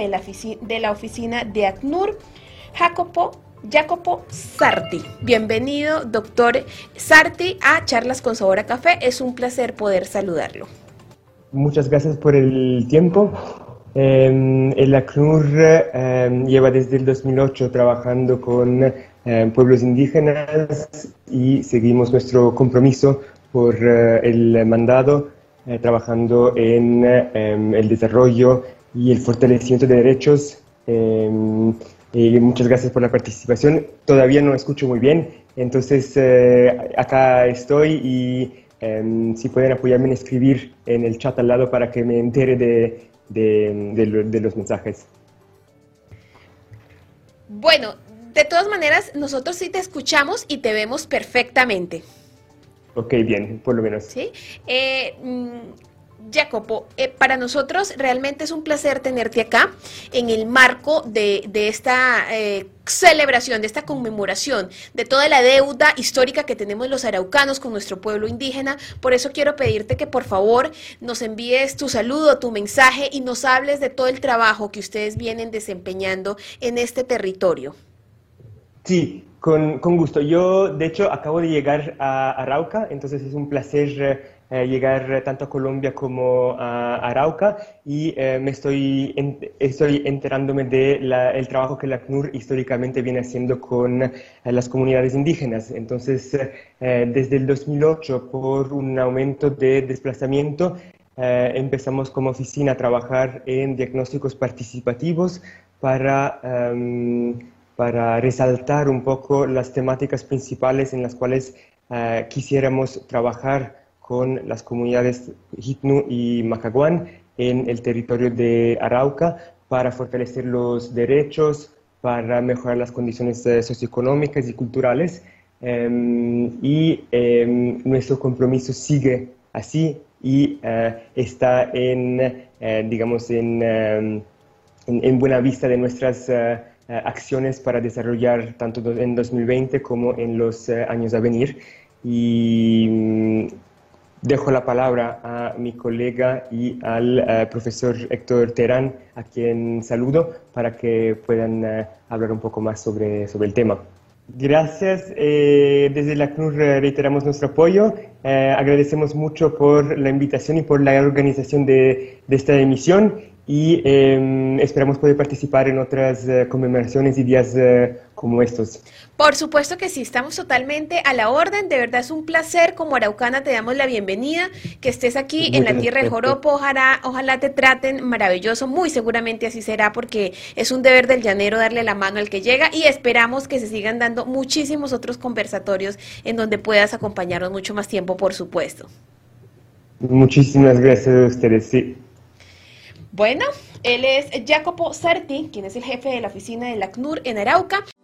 de la oficina de ACNUR, Jacopo Sarti. Bienvenido, doctor Sarti, a Charlas con Sabor a Café. Es un placer poder saludarlo. Muchas gracias por el tiempo. El ACNUR lleva desde el 2008 trabajando con pueblos indígenas y seguimos nuestro compromiso por el mandado, trabajando en el desarrollo y el fortalecimiento de derechos. Muchas gracias por la participación. Todavía no escucho muy bien, entonces acá estoy y si pueden apoyarme en escribir en el chat al lado para que me entere de los mensajes. Bueno, de todas maneras, nosotros sí te escuchamos y te vemos perfectamente. Ok, bien, por lo menos. ¿Sí? Jacopo, para nosotros realmente es un placer tenerte acá en el marco de esta celebración, de esta conmemoración, de toda la deuda histórica que tenemos los araucanos con nuestro pueblo indígena. Por eso quiero pedirte que por favor nos envíes tu saludo, tu mensaje y nos hables de todo el trabajo que ustedes vienen desempeñando en este territorio. Sí, con gusto. Yo, de hecho, acabo de llegar a Arauca, entonces es un placer llegar tanto a Colombia como a Arauca y estoy enterándome del trabajo que la ACNUR históricamente viene haciendo con las comunidades indígenas. Entonces, desde el 2008, por un aumento de desplazamiento, empezamos como oficina a trabajar en diagnósticos participativos para resaltar un poco las temáticas principales en las cuales quisiéramos trabajar con las comunidades Jitnu y Macaguán en el territorio de Arauca para fortalecer los derechos, para mejorar las condiciones socioeconómicas y culturales. Nuestro compromiso sigue así y está digamos, en buena vista de nuestras acciones para desarrollar tanto en 2020 como en los años a venir. Y dejo la palabra a mi colega y al profesor Héctor Terán, a quien saludo, para que puedan hablar un poco más sobre el tema. Gracias. Desde la ACNUR reiteramos nuestro apoyo. Agradecemos mucho por la invitación y por la organización de esta emisión. Y esperamos poder participar en otras conmemoraciones y días como estos. Por supuesto que sí, estamos totalmente a la orden. De verdad es un placer. Como araucana te damos la bienvenida, que estés aquí en la tierra de Joropo. Ojalá te traten maravilloso, muy seguramente así será, porque es un deber del llanero darle la mano al que llega, y esperamos que se sigan dando muchísimos otros conversatorios en donde puedas acompañarnos mucho más tiempo, por supuesto. Muchísimas gracias a ustedes, sí. Bueno, él es Jacopo Sarti, quien es el jefe de la oficina del ACNUR en Arauca.